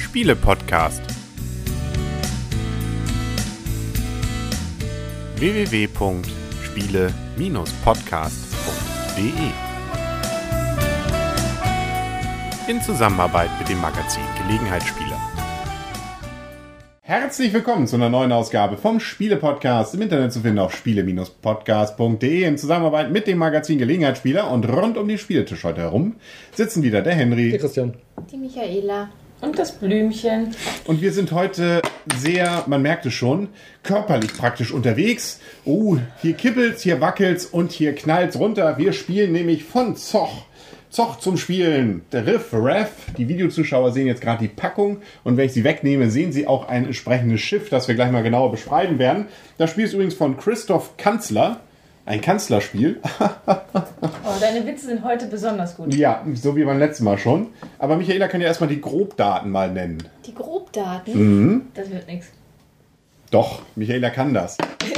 Spiele-Podcast. www.spiele-podcast.de in Zusammenarbeit mit dem Magazin Gelegenheitsspieler. Herzlich willkommen zu einer neuen Ausgabe vom Spiele-Podcast, im Internet zu finden auf spiele-podcast.de in Zusammenarbeit mit dem Magazin Gelegenheitsspieler. Und rund um den Spieletisch heute herum sitzen wieder der Henry, der Christian, die Michaela und das Blümchen. Und wir sind heute sehr, man merkt es schon, körperlich praktisch unterwegs. Hier kippelt's, hier wackelt's und hier knallt's runter. Wir spielen nämlich von Zoch zum Spielen. Der Riff Raff. Die Videozuschauer sehen jetzt gerade die Packung. Und wenn ich sie wegnehme, sehen sie auch ein entsprechendes Schiff, das wir gleich mal genauer beschreiben werden. Das Spiel ist übrigens von Christoph Kanzler. Ein Kanzlerspiel. Deine Witze sind heute besonders gut. Ja, so wie beim letzten Mal schon. Aber Michaela kann ja erstmal die Grobdaten mal nennen. Die Grobdaten? Mhm. Das wird nichts. Doch, Michaela kann das.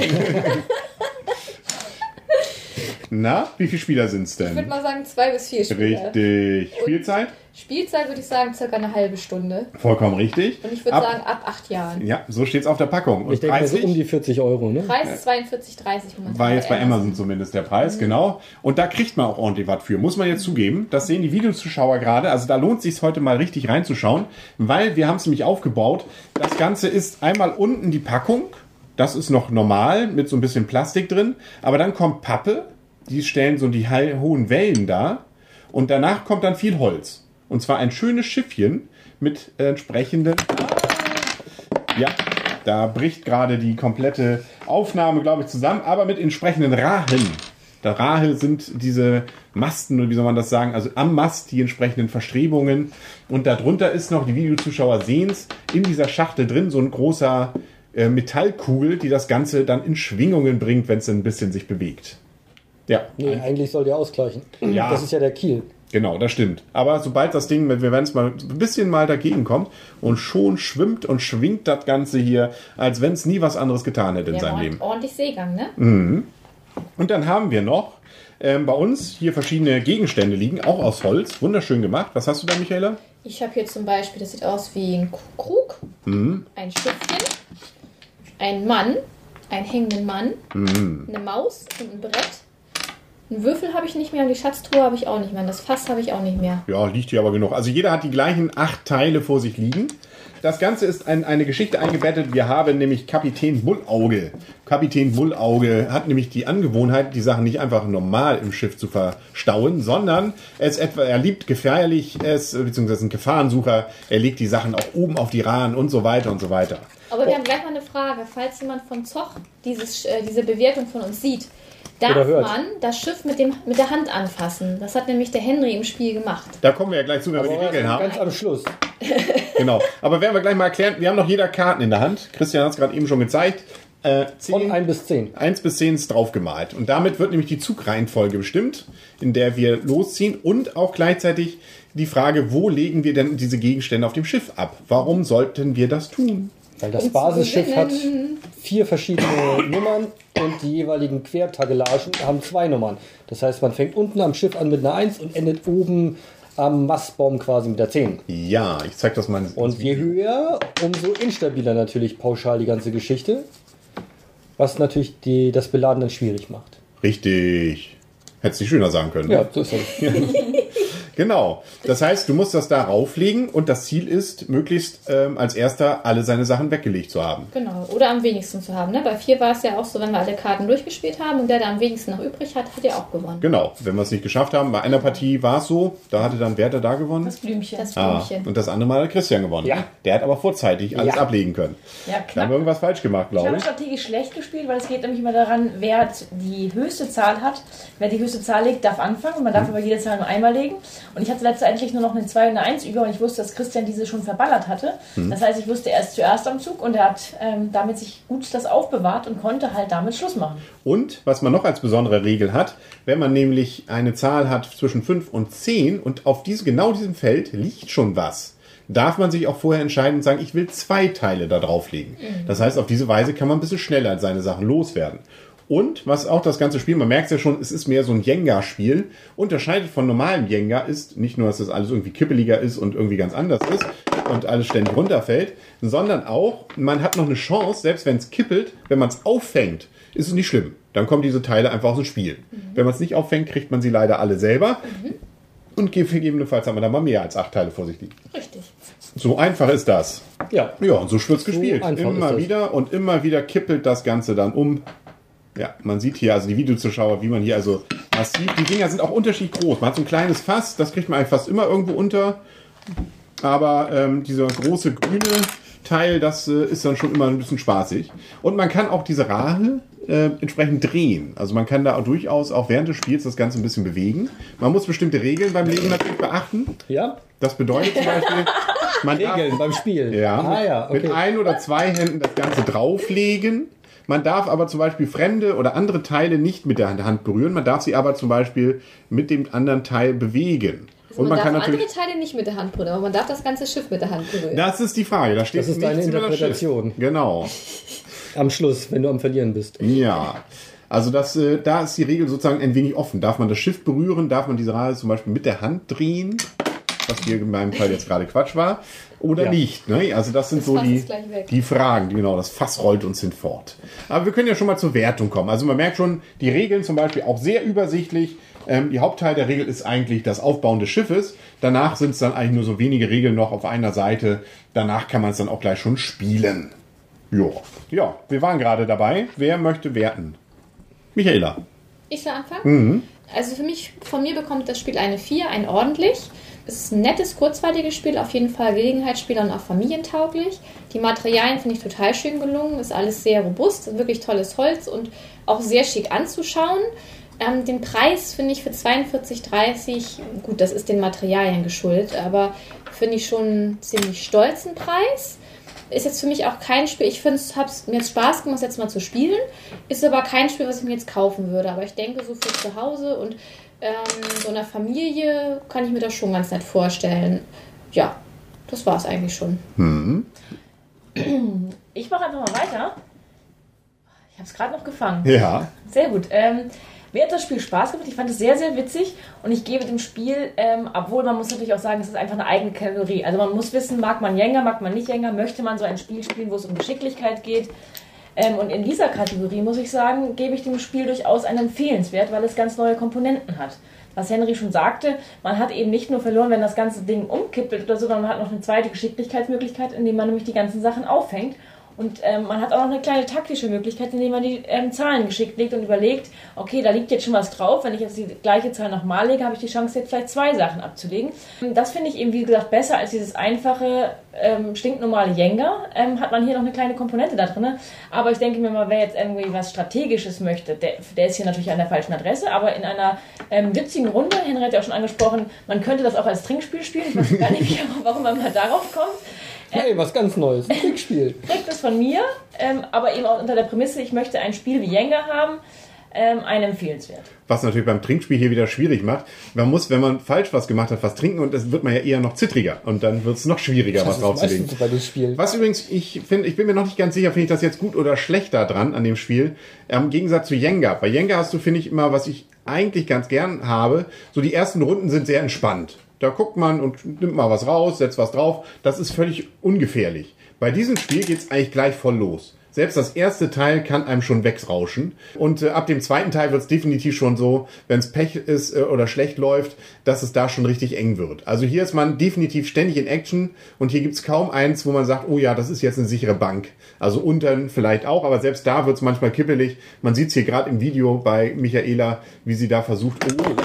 Na, wie viele Spieler sind es denn? Ich würde mal sagen 2 bis 4 Spieler. Richtig. Spielzeit? Spielzeit würde ich sagen circa eine halbe Stunde. Vollkommen richtig. Und ich würde sagen ab 8 Jahren. Ja, so steht es auf der Packung. Und ich denke mal so um die 40 Euro, ne? Preis 42,30 momentan. War jetzt bei Amazon zumindest der Preis, genau. Und da kriegt man auch ordentlich was für, muss man jetzt zugeben. Das sehen die Videozuschauer gerade. Also da lohnt es sich heute mal richtig reinzuschauen, weil wir haben es nämlich aufgebaut. Das Ganze ist einmal unten die Packung. Das ist noch normal mit so ein bisschen Plastik drin. Aber dann kommt Pappe. Die stellen so die hohen Wellen dar. Und danach kommt dann viel Holz. Und zwar ein schönes Schiffchen mit entsprechenden... Ja, da bricht gerade die komplette Aufnahme, glaube ich, zusammen. Aber mit entsprechenden Rahen. Der Rahe sind diese Masten, oder wie soll man das sagen? Also am Mast die entsprechenden Verstrebungen. Und darunter ist noch, die Videozuschauer sehen es, in dieser Schachtel drin so ein großer Metallkugel, die das Ganze dann in Schwingungen bringt, wenn es ein bisschen sich bewegt. Ja. Nee, eigentlich soll der ausgleichen. Ja. Das ist ja der Kiel. Genau, das stimmt. Aber sobald das Ding, wir werden es mal ein bisschen mal dagegen kommt und schon schwimmt und schwingt das Ganze hier, als wenn es nie was anderes getan hätte in seinem Leben. Ordentlich Seegang, ne? Mhm. Und dann haben wir noch bei uns hier verschiedene Gegenstände liegen, auch aus Holz. Wunderschön gemacht. Was hast du da, Michaela? Ich habe hier zum Beispiel, das sieht aus wie ein Krug, ein Schiffchen, ein Mann, einen hängenden Mann, eine Maus und ein Brett. Einen Würfel habe ich nicht mehr und die Schatztruhe habe ich auch nicht mehr. Und das Fass habe ich auch nicht mehr. Ja, liegt hier aber genug. Also jeder hat die gleichen 8 Teile vor sich liegen. Das Ganze ist eine Geschichte eingebettet. Wir haben nämlich Kapitän Bullauge. Kapitän Bullauge hat nämlich die Angewohnheit, die Sachen nicht einfach normal im Schiff zu verstauen, sondern er liebt Gefährliches, beziehungsweise ein Gefahrensucher. Er legt die Sachen auch oben auf die Rahen und so weiter und so weiter. Aber wir haben gleich mal eine Frage. Falls jemand von Zoch diese Bewertung von uns sieht, darf man das Schiff mit der Hand anfassen? Das hat nämlich der Henry im Spiel gemacht. Da kommen wir ja gleich zu, wenn wir die Regeln haben. Ganz am Schluss. Genau. Aber werden wir gleich mal erklären. Wir haben noch jeder Karten in der Hand. Christian hat es gerade eben schon gezeigt. Von 1 bis 10. 1 bis 10 ist draufgemalt. Und damit wird nämlich die Zugreihenfolge bestimmt, in der wir losziehen. Und auch gleichzeitig die Frage, wo legen wir denn diese Gegenstände auf dem Schiff ab? Warum sollten wir das tun? Weil das Basisschiff hat 4 verschiedene Nummern und die jeweiligen Quertagelagen haben 2 Nummern. Das heißt, man fängt unten am Schiff an mit einer 1 und endet oben am Mastbaum quasi mit der 10. Ja, ich zeig das mal. Und je höher, umso instabiler natürlich pauschal die ganze Geschichte. Was natürlich das Beladen dann schwierig macht. Richtig. Hättest du nicht schöner sagen können. Ja, so ist das. Genau. Das heißt, du musst das da rauflegen und das Ziel ist, möglichst als erster alle seine Sachen weggelegt zu haben. Genau. Oder am wenigsten zu haben. Ne? Bei 4 war es ja auch so, wenn wir alle Karten durchgespielt haben und der am wenigsten noch übrig hat, hat er auch gewonnen. Genau. Wenn wir es nicht geschafft haben, bei einer Partie war es so, da hatte dann Werther da gewonnen. Das Blümchen. Und das andere Mal hat Christian gewonnen. Ja. Der hat aber vorzeitig alles ablegen können. Ja, Da haben knapp. wir irgendwas falsch gemacht, Ich glaube habe ich. strategisch schlecht gespielt, weil es geht nämlich immer daran, wer die höchste Zahl hat. Wer die höchste Zahl legt, darf anfangen und man darf aber jede Zahl nur einmal legen. Und ich hatte letztendlich nur noch eine 2 und eine 1 über und ich wusste, dass Christian diese schon verballert hatte. Das heißt, ich wusste, er ist zuerst am Zug und er hat damit sich gut das aufbewahrt und konnte halt damit Schluss machen. Und was man noch als besondere Regel hat, wenn man nämlich eine Zahl hat zwischen 5 und 10 und auf genau diesem Feld liegt schon was, darf man sich auch vorher entscheiden und sagen, ich will 2 Teile da drauflegen. Das heißt, auf diese Weise kann man ein bisschen schneller seine Sachen loswerden. Und was auch das ganze Spiel, man merkt es ja schon, es ist mehr so ein Jenga-Spiel. Unterscheidet von normalem Jenga ist nicht nur, dass das alles irgendwie kippeliger ist und irgendwie ganz anders ist, und alles ständig runterfällt, sondern auch, man hat noch eine Chance, selbst wenn es kippelt, wenn man es auffängt, ist es nicht schlimm. Dann kommen diese Teile einfach aus dem Spiel. Wenn man es nicht auffängt, kriegt man sie leider alle selber. Und gegebenenfalls haben wir da mal mehr als 8 Teile vor sich liegen. Richtig. So einfach ist das. Ja. Ja, und so wird's gespielt. einfach ist Immer das. wieder und immer wieder kippelt das Ganze dann um. Ja, man sieht hier, also die Videozuschauer, wie man hier also massiv, die Dinger sind auch unterschiedlich groß. Man hat so ein kleines Fass, das kriegt man eigentlich fast immer irgendwo unter. Aber dieser große grüne Teil, das ist dann schon immer ein bisschen spaßig. Und man kann auch diese Rahe entsprechend drehen. Also man kann da auch durchaus auch während des Spiels das Ganze ein bisschen bewegen. Man muss bestimmte Regeln beim Legen natürlich beachten. Ja? Das bedeutet zum Beispiel, man darf, Regeln beim Spiel. ja, Okay. mit 1 oder 2 Händen das Ganze drauflegen. Man darf aber zum Beispiel fremde oder andere Teile nicht mit der Hand berühren. Man darf sie aber zum Beispiel mit dem anderen Teil bewegen. Also man darf andere Teile nicht mit der Hand berühren, aber man darf das ganze Schiff mit der Hand berühren. Das ist die Frage. Da steht Das ist deine nichts über das Interpretation. Schiff. Genau. Am Schluss, wenn du am Verlieren bist. Ja. Also da ist die Regel sozusagen ein wenig offen. Darf man das Schiff berühren? Darf man diese Rade zum Beispiel mit der Hand drehen? Was hier in meinem Fall jetzt gerade Quatsch war. Oder nicht. Ne? Also das sind Das so Fass ist gleich weg. die Fragen. Genau, das Fass rollt uns hinfort. Aber wir können ja schon mal zur Wertung kommen. Also man merkt schon, die Regeln zum Beispiel auch sehr übersichtlich. Die Hauptteil der Regel ist eigentlich das Aufbauen des Schiffes. Danach sind es dann eigentlich nur so wenige Regeln noch auf einer Seite. Danach kann man es dann auch gleich schon spielen. Ja, wir waren gerade dabei. Wer möchte werten? Michaela. Ich soll anfangen? Also von mir bekommt das Spiel eine 4, ein ordentlich. Es ist ein nettes, kurzweiliges Spiel, auf jeden Fall Gelegenheitsspieler und auch familientauglich. Die Materialien finde ich total schön gelungen, ist alles sehr robust, wirklich tolles Holz und auch sehr schick anzuschauen. Den Preis finde ich für 42,30, gut, das ist den Materialien geschuldet, aber finde ich schon einen ziemlich stolzen Preis. Ist jetzt für mich auch kein Spiel, ich finde es, hat mir jetzt Spaß gemacht, jetzt mal zu spielen, ist aber kein Spiel, was ich mir jetzt kaufen würde, aber ich denke so für zu Hause und so einer Familie kann ich mir das schon ganz nett vorstellen. Ja, das war es eigentlich schon. Ich mache einfach mal weiter. Ich habe es gerade noch gefangen. Ja. Sehr gut. Mir hat das Spiel Spaß gemacht. Ich fand es sehr, sehr witzig. Und ich gebe dem Spiel, obwohl man muss natürlich auch sagen, es ist einfach eine eigene Kategorie. Also man muss wissen, mag man Jenga, mag man nicht Jenga, möchte man so ein Spiel spielen, wo es um Geschicklichkeit geht. Und in dieser Kategorie, muss ich sagen, gebe ich dem Spiel durchaus einen Empfehlenswert, weil es ganz neue Komponenten hat. Was Henry schon sagte, man hat eben nicht nur verloren, wenn das ganze Ding umkippelt oder so, sondern man hat noch eine zweite Geschicklichkeitsmöglichkeit, indem man nämlich die ganzen Sachen auffängt. Und man hat auch noch eine kleine taktische Möglichkeit, indem man die Zahlen geschickt legt und überlegt, okay, da liegt jetzt schon was drauf, wenn ich jetzt die gleiche Zahl nochmal lege, habe ich die Chance, jetzt vielleicht 2 Sachen abzulegen. Das finde ich eben, wie gesagt, besser als dieses einfache, stinknormale Jenga. Hat man hier noch eine kleine Komponente da drin. Aber ich denke mir mal, wer jetzt irgendwie was Strategisches möchte, der ist hier natürlich an der falschen Adresse, aber in einer witzigen Runde, Henry hat ja auch schon angesprochen, man könnte das auch als Trinkspiel spielen. Ich weiß gar nicht, warum man mal darauf kommt. Hey, was ganz Neues. Ein Trickspiel. Kriegt es von mir, aber eben auch unter der Prämisse, ich möchte ein Spiel wie Jenga haben, ein empfehlenswert. Was natürlich beim Trinkspiel hier wieder schwierig macht. Man muss, wenn man falsch was gemacht hat, was trinken und das wird man ja eher noch zittriger. Und dann wird es noch schwieriger, was draufzulegen. Bei dem Spiel. Was übrigens, ich bin mir noch nicht ganz sicher, finde ich das jetzt gut oder schlecht da dran an dem Spiel. Im Gegensatz zu Jenga. Bei Jenga hast du, finde ich, immer, was ich eigentlich ganz gern habe, so die ersten Runden sind sehr entspannt. Da guckt man und nimmt mal was raus, setzt was drauf. Das ist völlig ungefährlich. Bei diesem Spiel geht's eigentlich gleich voll los. Selbst das erste Teil kann einem schon wegrauschen. Und ab dem zweiten Teil wird's definitiv schon so, wenn es Pech ist oder schlecht läuft, dass es da schon richtig eng wird. Also hier ist man definitiv ständig in Action und hier gibt's kaum eins, wo man sagt, oh ja, das ist jetzt eine sichere Bank. Also unten vielleicht auch, aber selbst da wird's manchmal kippelig. Man sieht's hier gerade im Video bei Michaela, wie sie da versucht,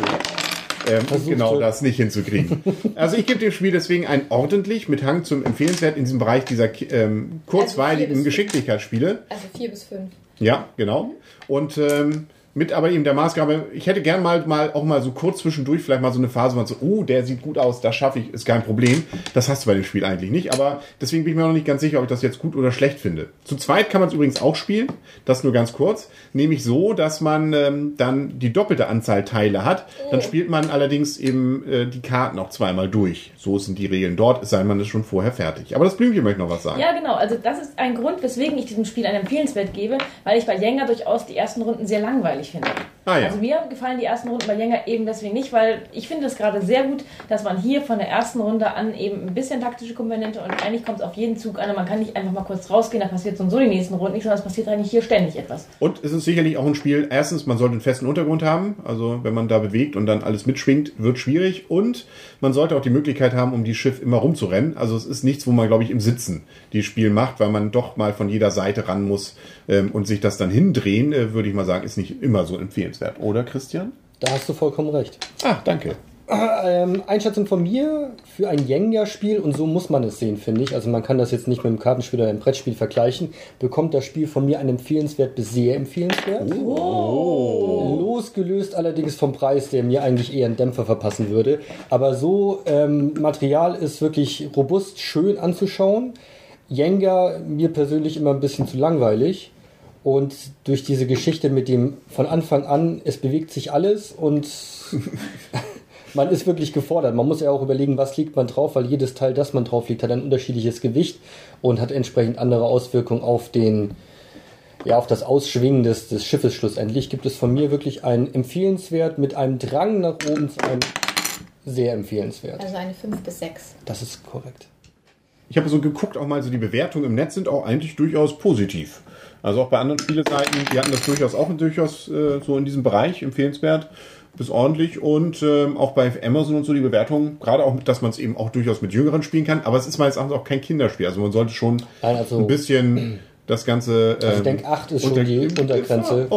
genau das nicht hinzukriegen. Also ich gebe dem Spiel deswegen ein ordentlich mit Hang zum Empfehlenswert in diesem Bereich dieser kurzweiligen also Geschicklichkeitsspiele. Also 4 bis 5. Ja, genau. Und mit aber eben der Maßgabe, ich hätte gern mal auch mal so kurz zwischendurch vielleicht mal so eine Phase, wo man so, oh, der sieht gut aus, das schaffe ich, ist kein Problem. Das hast du bei dem Spiel eigentlich nicht, aber deswegen bin ich mir noch nicht ganz sicher, ob ich das jetzt gut oder schlecht finde. Zu zweit kann man es übrigens auch spielen, das nur ganz kurz, nämlich so, dass man dann die doppelte Anzahl Teile hat. Dann spielt man allerdings eben die Karten auch zweimal durch. So sind die Regeln dort, es sei denn, man ist schon vorher fertig. Aber das Blümchen möchte noch was sagen. Ja, genau, also das ist ein Grund, weswegen ich diesem Spiel einen Empfehlenswert gebe, weil ich bei Jenga durchaus die ersten Runden sehr langweilig finde. Ah, ja. Also mir gefallen die ersten Runden bei Jenga eben deswegen nicht, weil ich finde es gerade sehr gut, dass man hier von der ersten Runde an eben ein bisschen taktische Komponente und eigentlich kommt es auf jeden Zug an und man kann nicht einfach mal kurz rausgehen, da passiert so und so die nächsten Runden nicht, sondern es passiert eigentlich hier ständig etwas. Und es ist sicherlich auch ein Spiel, erstens, man sollte einen festen Untergrund haben, also wenn man da bewegt und dann alles mitschwingt, wird schwierig und man sollte auch die Möglichkeit haben, um die Schiff immer rumzurennen. Also es ist nichts, wo man, glaube ich, im Sitzen die Spiel macht, weil man doch mal von jeder Seite ran muss und sich das dann hindrehen, würde ich mal sagen, ist nicht immer so empfehlenswert. Oder, Christian? Da hast du vollkommen recht. Ah, danke. Einschätzung von mir für ein Jenga-Spiel, und so muss man es sehen, finde ich. Also man kann das jetzt nicht mit einem Kartenspiel oder einem Brettspiel vergleichen. Bekommt das Spiel von mir ein empfehlenswert bis sehr empfehlenswert. Oh. Losgelöst allerdings vom Preis, der mir eigentlich eher einen Dämpfer verpassen würde. Aber so, Material ist wirklich robust, schön anzuschauen. Jenga mir persönlich immer ein bisschen zu langweilig. Und durch diese Geschichte mit dem von Anfang an, es bewegt sich alles und man ist wirklich gefordert. Man muss ja auch überlegen, was liegt man drauf, weil jedes Teil, das man drauf liegt, hat ein unterschiedliches Gewicht und hat entsprechend andere Auswirkungen auf auf das Ausschwingen des Schiffes schlussendlich. Gibt es von mir wirklich ein empfehlenswert mit einem Drang nach oben zu einem sehr empfehlenswert. Also eine 5 bis 6. Das ist korrekt. Ich habe so geguckt, auch mal so die Bewertungen im Netz sind auch eigentlich durchaus positiv. Also auch bei anderen Spieleseiten, die hatten das durchaus so in diesem Bereich empfehlenswert bis ordentlich und auch bei Amazon und so die Bewertungen, gerade auch, dass man es eben auch durchaus mit Jüngeren spielen kann, aber es ist meines Erachtens auch kein Kinderspiel, also man sollte schon ein bisschen das Ganze... ich denke 8 ist schon die Untergrenze.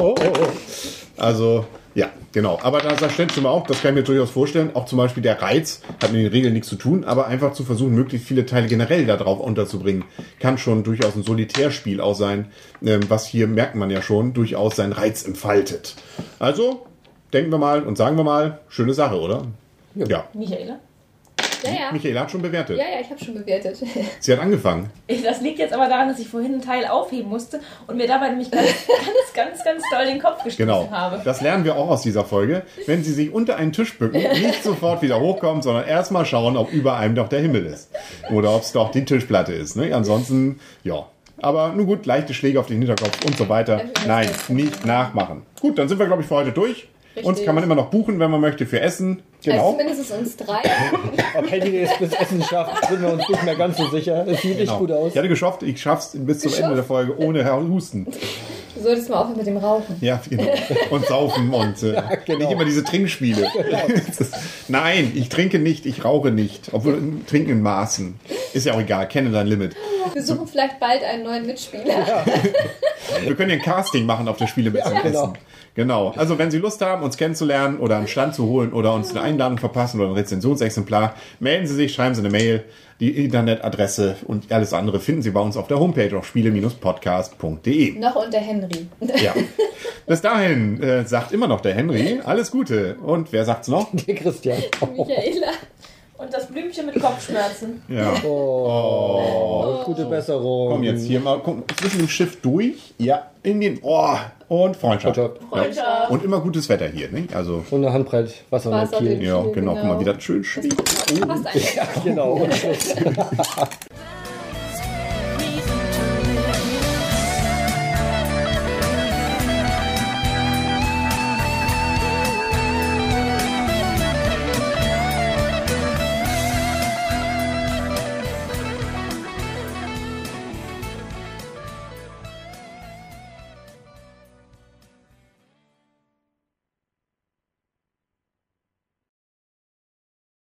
Also, ja, genau. Aber da stellst du mir auch, das kann ich mir durchaus vorstellen, auch zum Beispiel der Reiz, hat mit den Regeln nichts zu tun, aber einfach zu versuchen, möglichst viele Teile generell da drauf unterzubringen, kann schon durchaus ein Solitärspiel auch sein, was hier, merkt man ja schon, durchaus seinen Reiz entfaltet. Also, denken wir mal und sagen wir mal, schöne Sache, oder? Ja. Michaela? Ja. Michaela hat schon bewertet. Ja, ich habe schon bewertet. Sie hat angefangen. Das liegt jetzt aber daran, dass ich vorhin einen Teil aufheben musste und mir dabei nämlich ganz doll den Kopf gestoßen habe. Das lernen wir auch aus dieser Folge. Wenn Sie sich unter einen Tisch bücken, nicht sofort wieder hochkommen, sondern erstmal schauen, ob über einem doch der Himmel ist. Oder ob es doch die Tischplatte ist. Ne? Ansonsten, ja. Aber nun gut, leichte Schläge auf den Hinterkopf und so weiter. Nein, nicht nachmachen. Gut, dann sind wir, glaube ich, für heute durch. Richtig. Uns kann man immer noch buchen, wenn man möchte, für Essen. Genau. Also zumindest uns 3. Ob Henny es bis Essen schafft, sind wir uns nicht mehr ganz so sicher. Es sieht nicht gut aus. Ich hatte geschafft, ich schaff's bis zum Ende der Folge ohne Husten. Du solltest mal aufhören mit dem Rauchen. Ja, genau. Und saufen und nicht immer diese Trinkspiele. Genau. Nein, ich trinke nicht, ich rauche nicht. Obwohl, trinken in Maßen. Ist ja auch egal, kenne dein Limit. Wir suchen vielleicht bald einen neuen Mitspieler. Ja. Wir können ja ein Casting machen auf das Spiele mit zum Essen. Genau. Also wenn Sie Lust haben, uns kennenzulernen oder einen Stand zu holen oder uns eine Einladung verpassen oder ein Rezensionsexemplar, melden Sie sich, schreiben Sie eine Mail. Die Internetadresse und alles andere finden Sie bei uns auf der Homepage auf spiele-podcast.de. Noch unter Henry. Ja. Bis dahin sagt immer noch der Henry, alles Gute. Und wer sagt's noch? Der Christian. Michaela. Und das Blümchen mit Kopfschmerzen. Ja. Gute Besserung. Komm jetzt hier mal zwischen dem Schiff durch. Ja, in den und Freundschaft. Freundschaft. Und immer gutes Wetter hier, ne? Also Und eine Handbreit Wasser in der Kiel. ja, genau. Guck mal, wie das schön schwingt. Passt eigentlich. Ja, genau. Und Schluss.